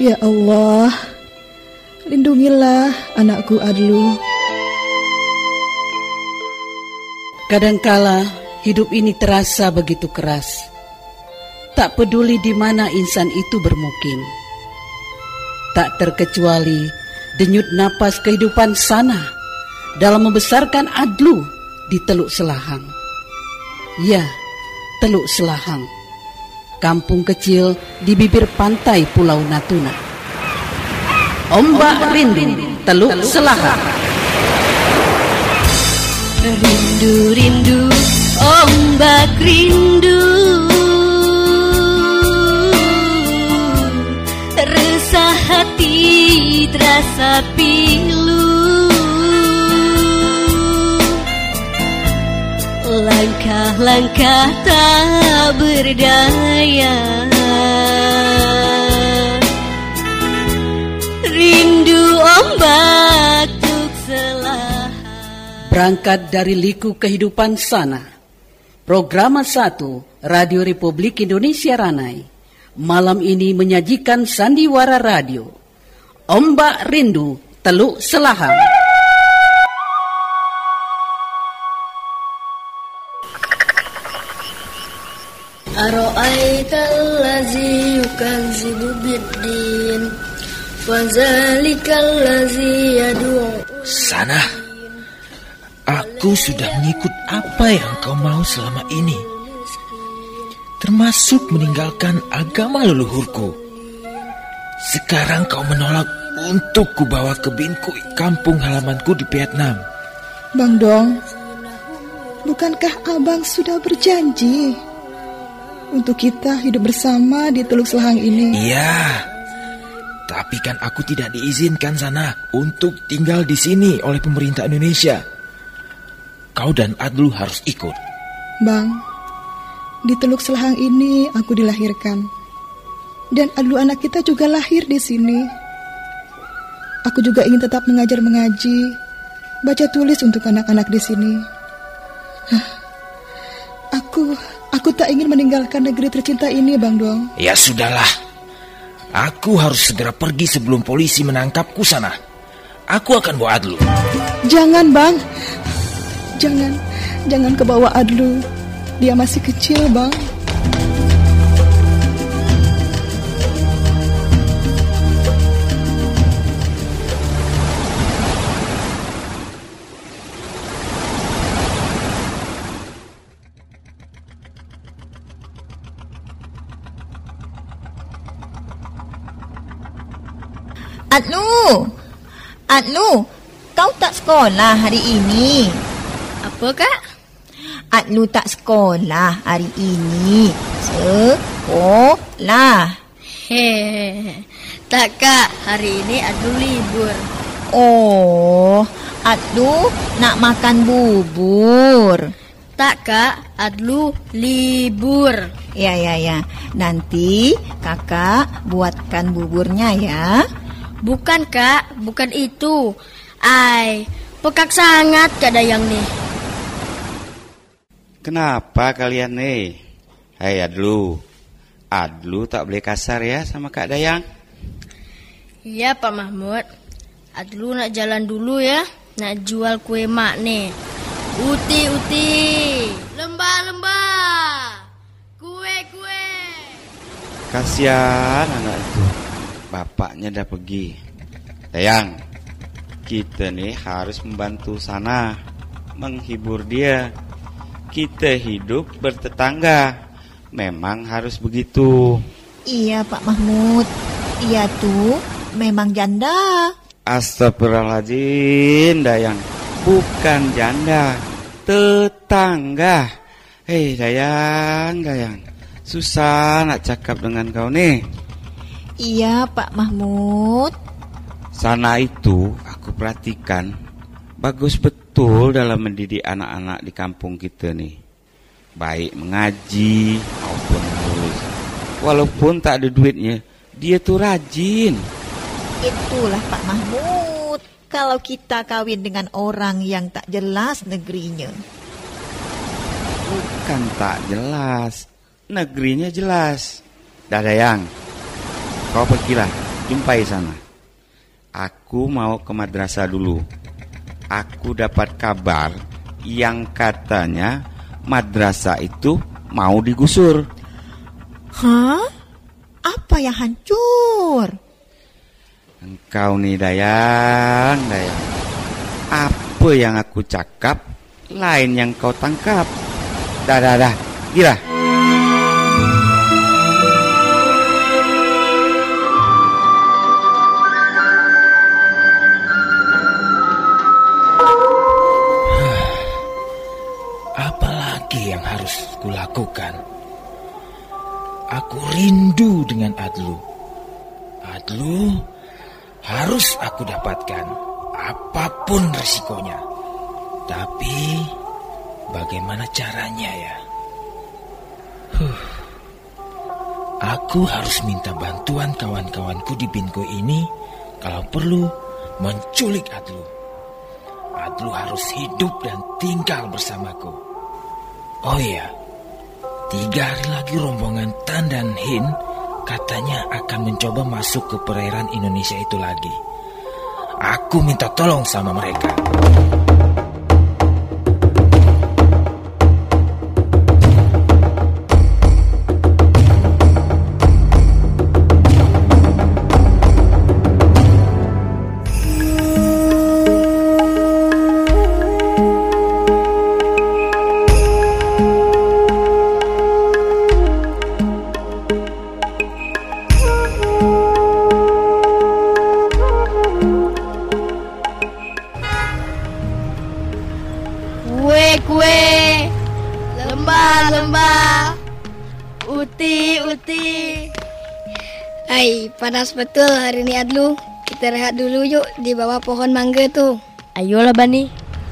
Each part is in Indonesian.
Ya Allah, lindungilah anakku Adlu. Kadangkala hidup ini terasa begitu keras. Tak peduli di mana insan itu bermukim. Tak terkecuali denyut napas kehidupan sana dalam membesarkan Adlu di Teluk Selahang. Ya, Teluk Selahang, kampung kecil di bibir pantai Pulau Natuna. Ombak Rindu Teluk Selahang. Rindu, rindu, ombak rindu, resah hati terasa pilu. Langkah-langkah tak berdaya, rindu ombak tuk Selahang. Berangkat dari liku kehidupan sana, Program 1 Radio Republik Indonesia Ranai malam ini menyajikan sandiwara radio Ombak Rindu Teluk Selahang. Ara'aital ladzi yukazzibu biddin wa zalikal ladzi yad'u. Sana, aku sudah mengikut apa yang kau mau selama ini, termasuk meninggalkan agama leluhurku. Sekarang kau menolak untuk kubawa ke Binku, kampung halamanku di Vietnam. Bang Dong, bukankah abang sudah berjanji untuk kita hidup bersama di Teluk Selahang ini? Iya, tapi kan aku tidak diizinkan sana untuk tinggal di sini oleh pemerintah Indonesia. Kau dan Adlu harus ikut. Bang, di Teluk Selahang ini aku dilahirkan. Dan Adlu anak kita juga lahir di sini. Aku juga ingin tetap mengajar mengaji, baca tulis untuk anak-anak di sini. Aku tak ingin meninggalkan negeri tercinta ini, Bang Dong. Ya sudahlah. Aku harus segera pergi sebelum polisi menangkapku sana. Aku akan bawa Adlu. Jangan, Bang. Jangan kebawa Adlu. Dia masih kecil, Bang. Adlu, kau tak sekolah hari ini. Apa, Kak? Adlu tak sekolah hari ini. Sekolah. Tak, Kak. Hari ini Adlu libur. Oh, Adlu nak makan bubur. Tak, Kak. Adlu libur. Ya. Nanti kakak buatkan buburnya ya. Bukan, Kak, bukan itu. Pekak sangat Kak Dayang nih. Kenapa kalian nih? Hai Adlu tak boleh kasar ya sama Kak Dayang. Iya Pak Mahmud. Adlu nak jalan dulu ya. Nak jual kue mak nih. Uti. Lembah. Kue. Kasihan anak itu. Bapaknya dah pergi. Dayang, kita nih harus membantu sana, menghibur dia. Kita hidup bertetangga, memang harus begitu. Iya Pak Mahmud, iya tuh memang janda. Astagfirullahaladzim Dayang, bukan janda, tetangga. Hei Dayang, susah nak cakap dengan kau nih. Iya Pak Mahmud. Sana itu aku perhatikan bagus betul dalam mendidik anak-anak di kampung kita nih. Baik mengaji maupun menulis. Walaupun tak ada duitnya, dia tuh rajin. Itulah Pak Mahmud, kalau kita kawin dengan orang yang tak jelas negerinya. Bukan tak jelas, negerinya jelas. Dah Dayang, kau pergilah, jumpai sana. Aku mau ke madrasah dulu. Aku dapat kabar yang katanya madrasah itu mau digusur. Hah? Apa yang hancur? Engkau nih Dayang. Apa yang aku cakap, lain yang kau tangkap. Dah, gila. Apalagi yang harus kulakukan? Aku rindu dengan Adlu. Adlu harus aku dapatkan, apapun resikonya. Tapi bagaimana caranya ya? Aku harus minta bantuan kawan-kawanku di Binko ini. Kalau perlu menculik Adlu. Adlu harus hidup dan tinggal bersamaku. Oh iya, 3 hari lagi rombongan Tan dan Hin katanya akan mencoba masuk ke perairan Indonesia itu lagi. Aku minta tolong sama mereka. Kue, lembah, uti. Hai, panas betul hari ini Adlu. Kita rehat dulu yuk di bawah pohon mangga tuh. Ayolah Bani.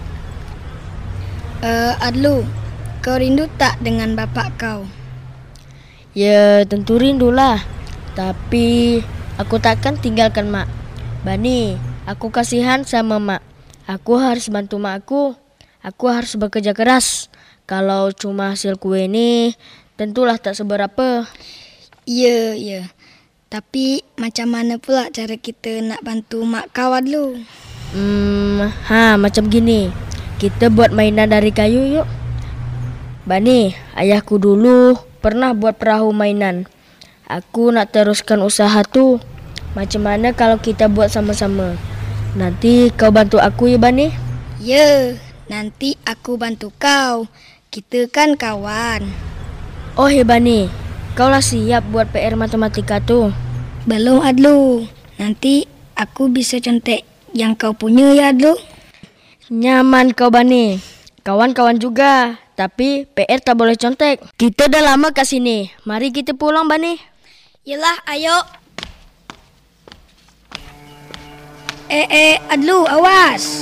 Adlu, kau rindu tak dengan bapak kau? Ya tentu rindulah. Tapi aku takkan tinggalkan mak. Bani, aku kasihan sama mak. Aku harus bantu makku. Aku harus bekerja keras. Kalau cuma hasil kue ini tentulah tak seberapa. Iya. Tapi macam mana pula cara kita nak bantu mak kau Adlu? Macam gini. Kita buat mainan dari kayu yuk. Bani, ayahku dulu pernah buat perahu mainan. Aku nak teruskan usaha tuh. Macam mana kalau kita buat sama-sama? Nanti kau bantu aku ya Bani? Ya. Nanti aku bantu kau. Kita kan kawan. Oh ya Bani, kau lah siap buat PR matematika tuh? Belum Adlu. Nanti aku bisa contek yang kau punya ya Adlu. Nyaman kau Bani. Kawan-kawan juga. Tapi PR tak boleh contek. Kita dah lama kat sini. Mari kita pulang Bani. Yelah, ayo. Adlu, awas.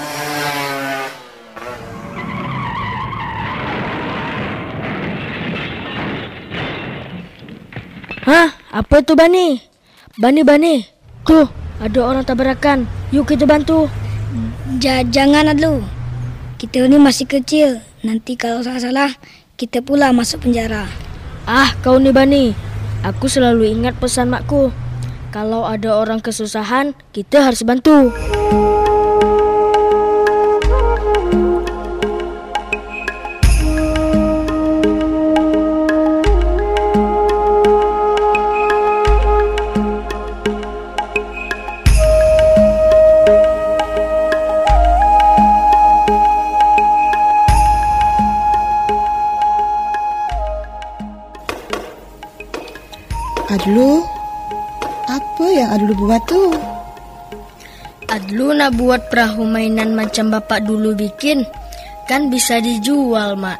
Hah? Apa tu Bani? Bani. Tuh, ada orang tabrakan. Yuk kita bantu. Jangan Adlu. Kita ni masih kecil. Nanti kalau salah-salah, kita pula masuk penjara. Ah, kau ni Bani. Aku selalu ingat pesan makku. Kalau ada orang kesusahan, kita harus bantu. Adlu, apa yang Adlu buat tu? Adlu nak buat perahu mainan macam bapak dulu bikin. Kan bisa dijual, Mak.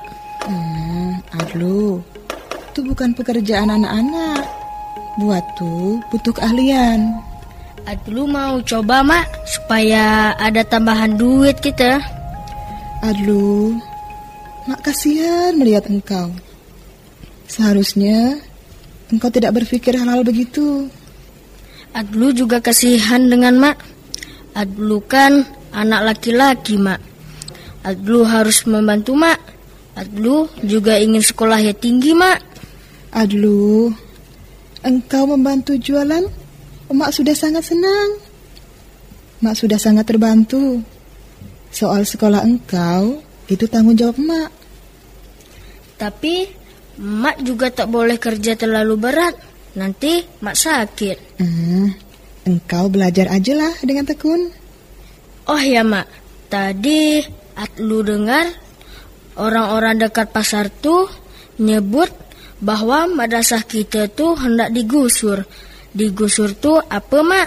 Adlu, itu bukan pekerjaan anak-anak. Buat tu butuh keahlian. Adlu mau coba, Mak, supaya ada tambahan duit kita. Adlu, Mak kasihan melihat engkau. Seharusnya engkau tidak berpikir hal-hal begitu. Adlu juga kasihan dengan Mak. Adlu kan anak laki-laki, Mak. Adlu harus membantu Mak. Adlu juga ingin sekolahnya tinggi, Mak. Adlu, engkau membantu jualan Mak sudah sangat senang. Mak sudah sangat terbantu. Soal sekolah engkau, itu tanggung jawab Mak. Tapi Mak juga tak boleh kerja terlalu berat. Nanti Mak sakit. Engkau belajar aja lah dengan tekun. Oh ya Mak, tadi Adlu dengar orang-orang dekat pasar tuh nyebut bahwa madrasah kita tuh hendak digusur. Digusur tuh apa Mak?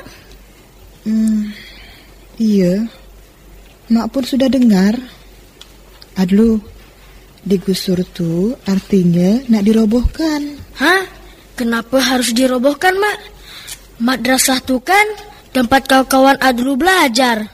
Iya, Mak pun sudah dengar. Adlu, digusur tuh artinya nak dirobohkan. Hah? Kenapa harus dirobohkan Mak? Madrasah tuh kan tempat kawan-kawan Adlu belajar.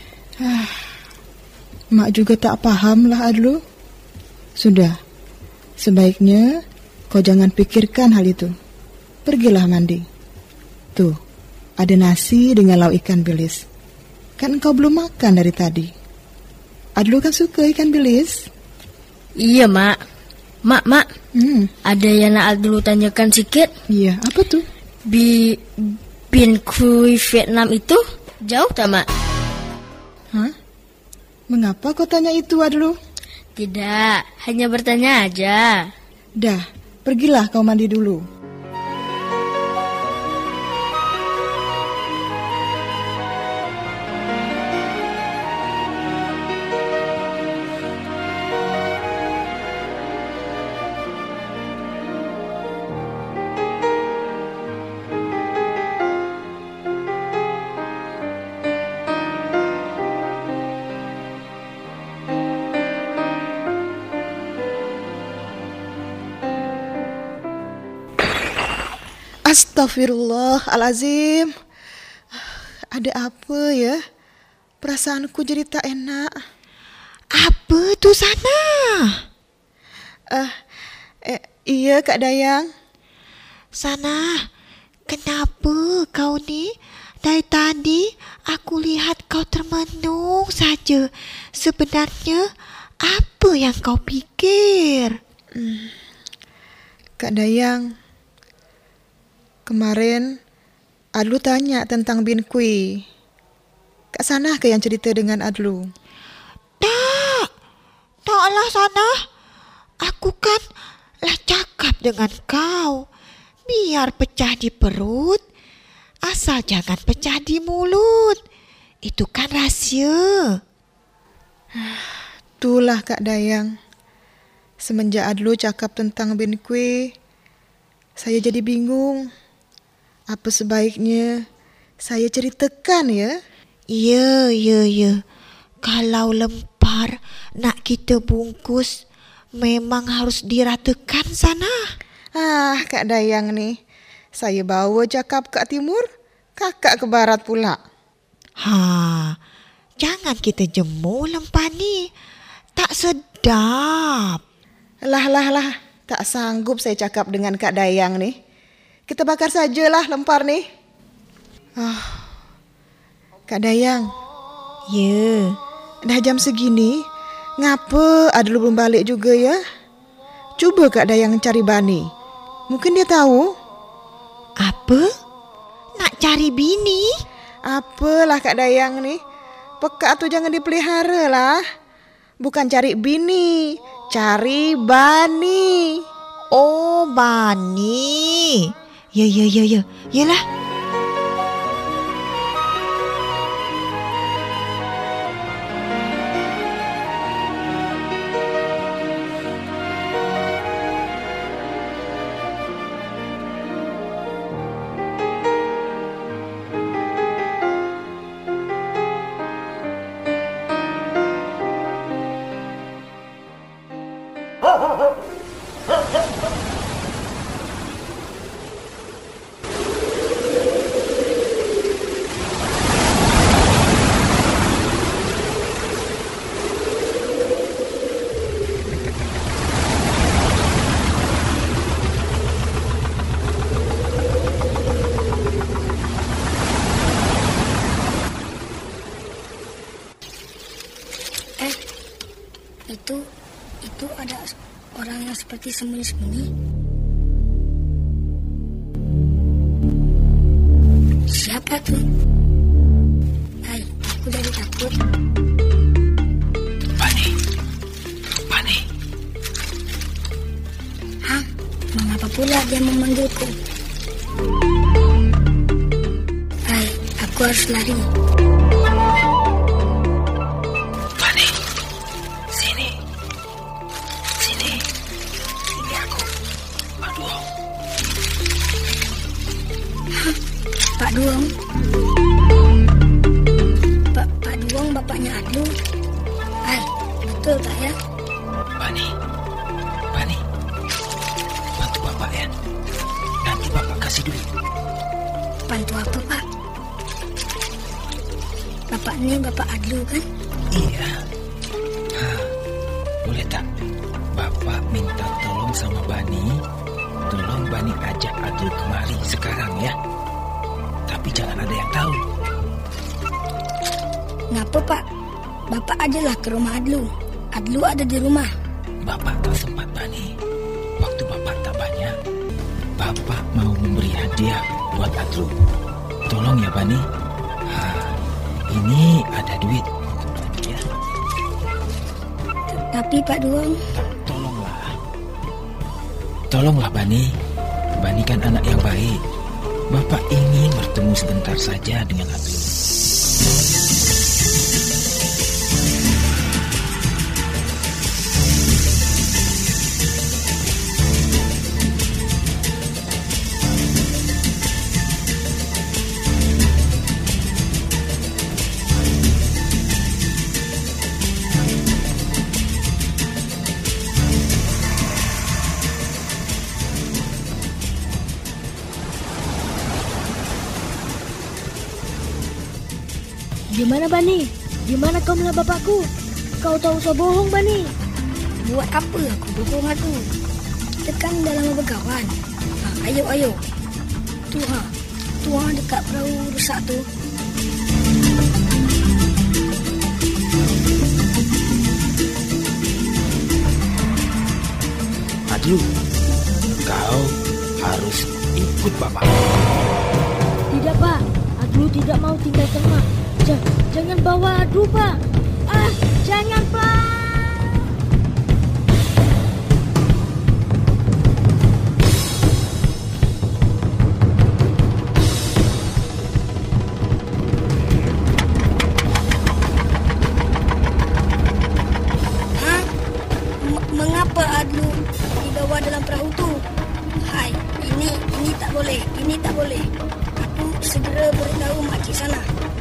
Mak juga tak paham lah Adlu. Sudah, sebaiknya kau jangan pikirkan hal itu. Pergilah mandi. Tuh, ada nasi dengan lauk ikan bilis. Kan engkau belum makan dari tadi. Adlu kan suka ikan bilis. Iya Mak. Mak, ada yang nak Adlu tanyakan sikit. Iya, apa tuh? Bin Kui Vietnam itu jauh tak Mak? Hah? Mengapa kau tanya itu Adlu? Tidak, hanya bertanya aja. Dah, pergilah kau mandi dulu. Astagfirullahalazim. Ada apa ya? Perasaanku jadi tak enak. Apa tu sana? Iya Kak Dayang. Sana, kenapa kau ni? Dari tadi aku lihat kau termenung saja. Sebenarnya apa yang kau fikir? Kak Dayang, kemarin Adlu tanya tentang Bin Kui. Kak Sanah ke yang cerita dengan Adlu? Taklah Sana. Aku kan lah cakap dengan kau. Biar pecah di perut, asal jangan pecah di mulut. Itu kan rahsia. Itulah Kak Dayang. Semenjak Adlu cakap tentang Bin Kui, saya jadi bingung. Apa sebaiknya saya ceritakan ya? Ya. Kalau lempar nak kita bungkus, memang harus diratakan Sana. Kak Dayang nih. Saya bawa cakap ke timur, kakak ke barat pula. Jangan kita jemur lempar ni. Tak sedap. Lah. Tak sanggup saya cakap dengan Kak Dayang nih. Kita bakar sajalah lempar nih. Kak Dayang. Ya. Dah jam segini, ngapa Adlu belum balik juga ya? Cuba Kak Dayang cari Bani. Mungkin dia tahu. Apa? Nak cari bini? Apalah Kak Dayang nih. Pekat tu jangan dipelihara lah. Bukan cari bini, cari Bani. Oh, Bani. Ya. Yalah. Itu ada orang yang seperti sembunyi-sembunyi. aku. Hai, aku jadi takut. Bani. Hah? Mengapa pula dia memanggilku? Hai, aku harus lari. Bani, sini aku. Aduh. Pak Duong. Pak Duong bapaknya Adlu. Hai, betul tak ya? Bani, bantu bapak ya. Nanti bapak kasih duit. Bantu apa, Pak? Bapak ini Bapak Adlu kan? Iya. Boleh tak? Bapak minta tolong sama Bani. Tolong Bani ajak Adlu kemari sekarang ya. Tapi jangan ada yang tahu. Ngapa, Pak? Bapak ajalah ke rumah Adlu. Adlu ada di rumah. Bapak tak sempat, Bani. Waktu bapak tak banyak, bapak mau memberi hadiah buat Adlu. Tolong ya, Bani. Ini ada duit. Ya. Tapi Pak Duong, Tolonglah, Bani. Bani kan anak yang baik. Bapak ingin bertemu sebentar saja dengan Adlu. Gimana Bani? Gimana kau melihat bapakku? Kau tahu saya bohong Bani? buat apa aku bohong aku? Kita kan dah lama berkawan. Ayo. Tuang dekat perahu rusak tu. Adlu, kau harus ikut bapak. Tidak Pak, Adlu tidak mau tinggalkan Mak. Jangan bawa Adlu Pak. Jangan Pak. Mengapa Adlu dibawa dalam perahu tu? Hai, ini tak boleh. Aku segera beritahu makcik sana.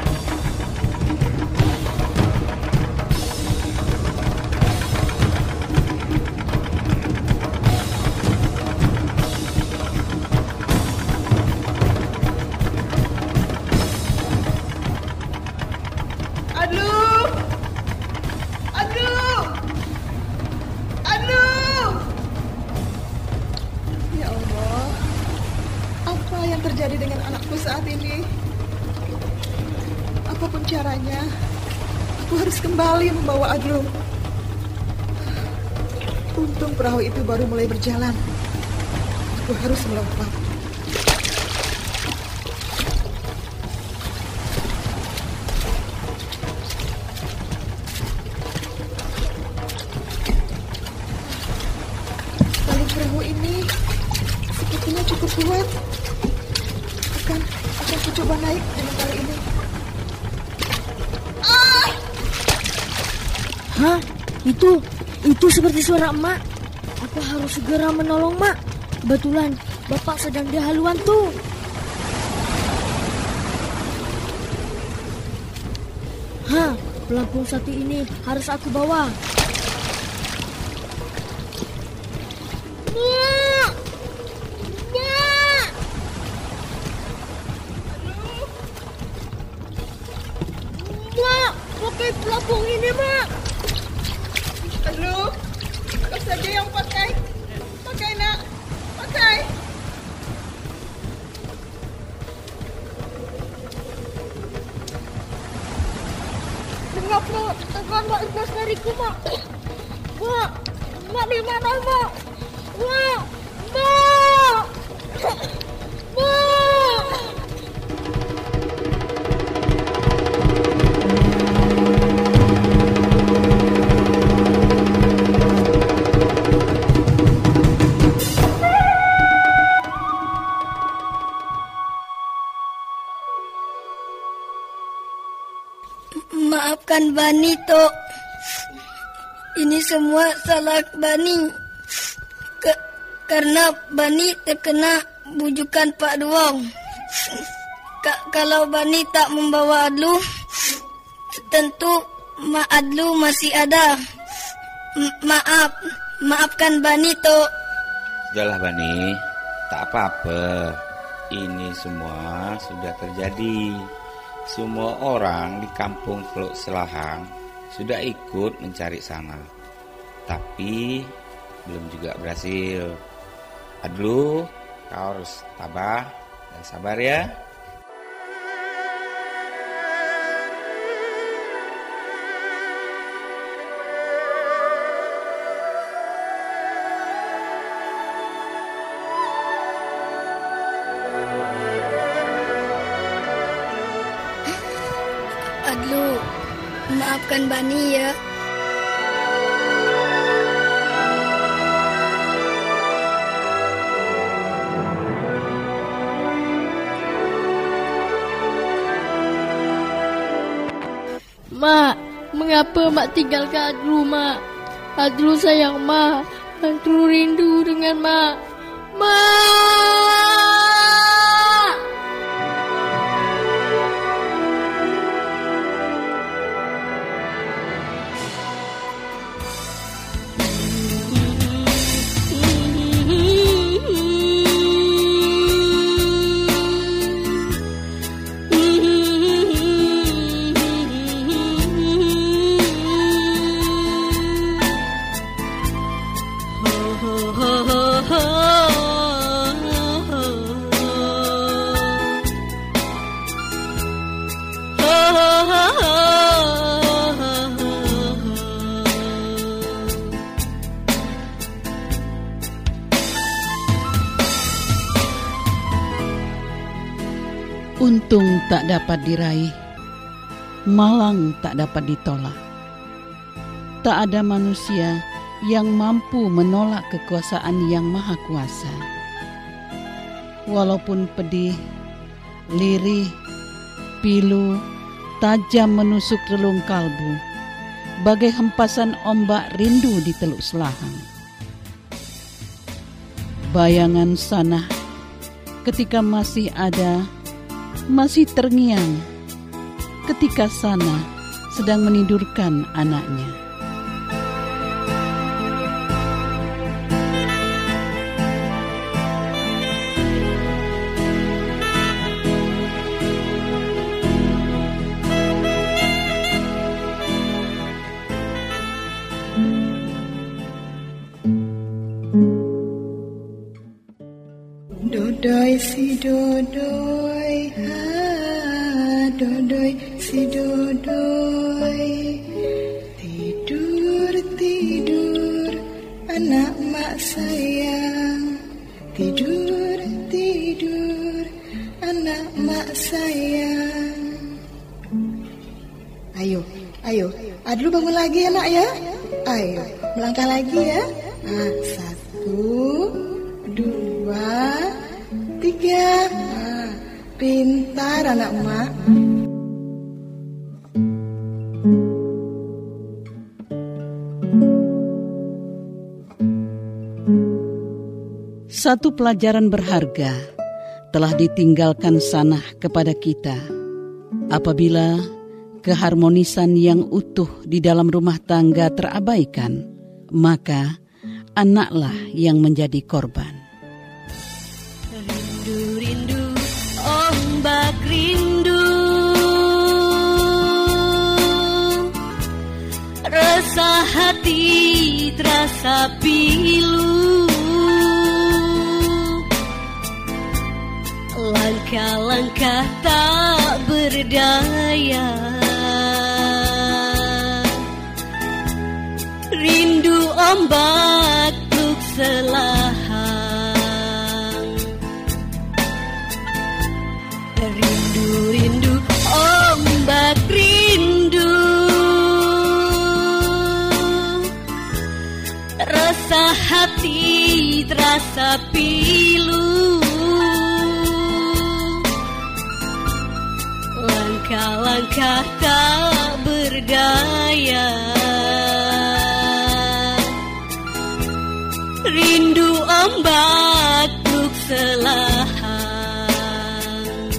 Terjadi dengan anakku saat ini. Apapun caranya, aku harus kembali membawa Adlu. Untung perahu itu baru mulai berjalan. Aku harus melompat. Tali perahu ini sepertinya cukup kuat. Aku coba naik dengan tali ini. Hah? Itu seperti suara emak. Aku harus segera menolong Mak. Kebetulan Bapak sedang di haluan tuh. Pelampung satu ini harus aku bawa. Pakai pelampung ini, Mak. Adlu, kau saja yang pakai. Pakai, nak. Pakai. Mengapa engkau tak lepas dariku, Mak? Mak di mana, Mak? Mak! Maafkan Bani, Tok. Ini semua salah Bani. Karena Bani terkena bujukan Pak Duong. Kalau Bani tak membawa Adlu, tentu Mak Adlu masih ada. Maafkan Bani, Tok. Sudahlah Bani, tak apa-apa. Ini semua sudah terjadi. Semua orang di kampung Teluk Selahang sudah ikut mencari sana, tapi belum juga berhasil. Adlu, kau harus tabah dan sabar ya. Adlu, maafkan Bani ya. Mak, mengapa Mak tinggalkan Adlu, Mak? Adlu sayang Mak. Adlu rindu dengan Mak. Mak! Untung tak dapat diraih, malang tak dapat ditolak. Tak ada manusia yang mampu menolak kekuasaan yang maha kuasa. Walaupun pedih, lirih, pilu, tajam menusuk relung kalbu, bagai hempasan ombak rindu di Teluk Selahang. Bayangan sana ketika masih ada, masih terngiang ketika sana sedang menidurkan anaknya. Dodoi si dodoi, dodoi si dodoi. Tidur, tidur, anak mak sayang. Tidur, tidur, anak mak sayang. Ayo, Adlu bangun lagi ya nak ya. Ayo, melangkah lagi ya. 1, 2, 3. Pintar anak mak. Satu pelajaran berharga telah ditinggalkan Sanah kepada kita. Apabila keharmonisan yang utuh di dalam rumah tangga terabaikan, maka anaklah yang menjadi korban. Rindu, ombak rindu, rasa hati terasa pilu, langkah-langkah tak berdaya, rindu ombak Teluk Selahang. Rindu, ombak rindu, rasa hati terasa pilu, langkah-langkah tak berdaya. Rindu ombak Teluk Selahang.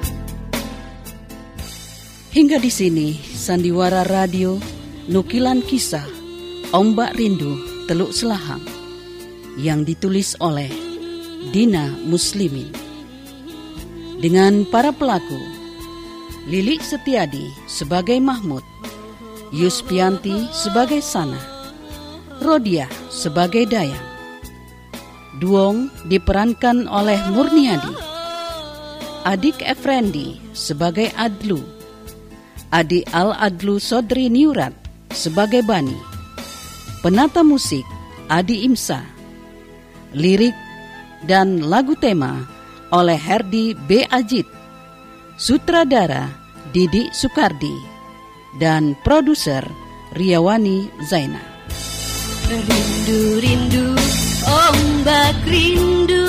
Hingga di sini Sandiwara Radio nukilan kisah Ombak Rindu Teluk Selahang yang ditulis oleh Dina Muslimin dengan para pelaku Lili Setiadi sebagai Mahmud, Yuspianti sebagai Sana, Rodia sebagai Dayang. Duong diperankan oleh Murniadi, Adik Effendi sebagai Adlu, Adi Al-Adlu Sodri Niurat sebagai Bani, penata musik Adi Imsa, lirik dan lagu tema oleh Herdi B. Ajit, sutradara Didi Sukardi, dan produser Riawani Zaina. Rindu-rindu ombak rindu,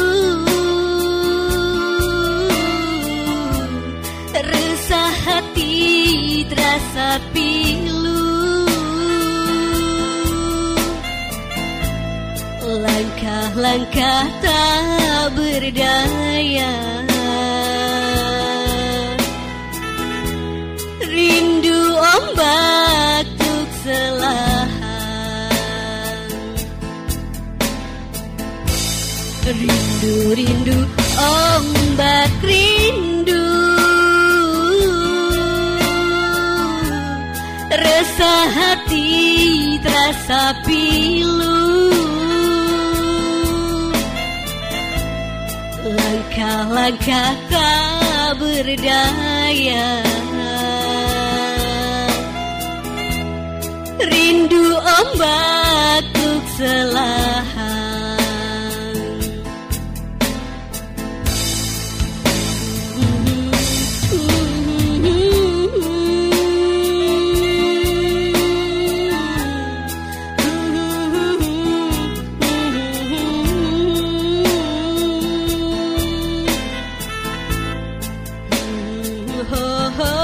resah hati terasa pilu, langkah-langkah tak berdaya. Rindu ombak Teluk Selahang. Rindu-rindu ombak rindu, resah hati terasa pilu, langkah-langkah tak berdaya. Rindu ombak Teluk Selahang. Oh, oh.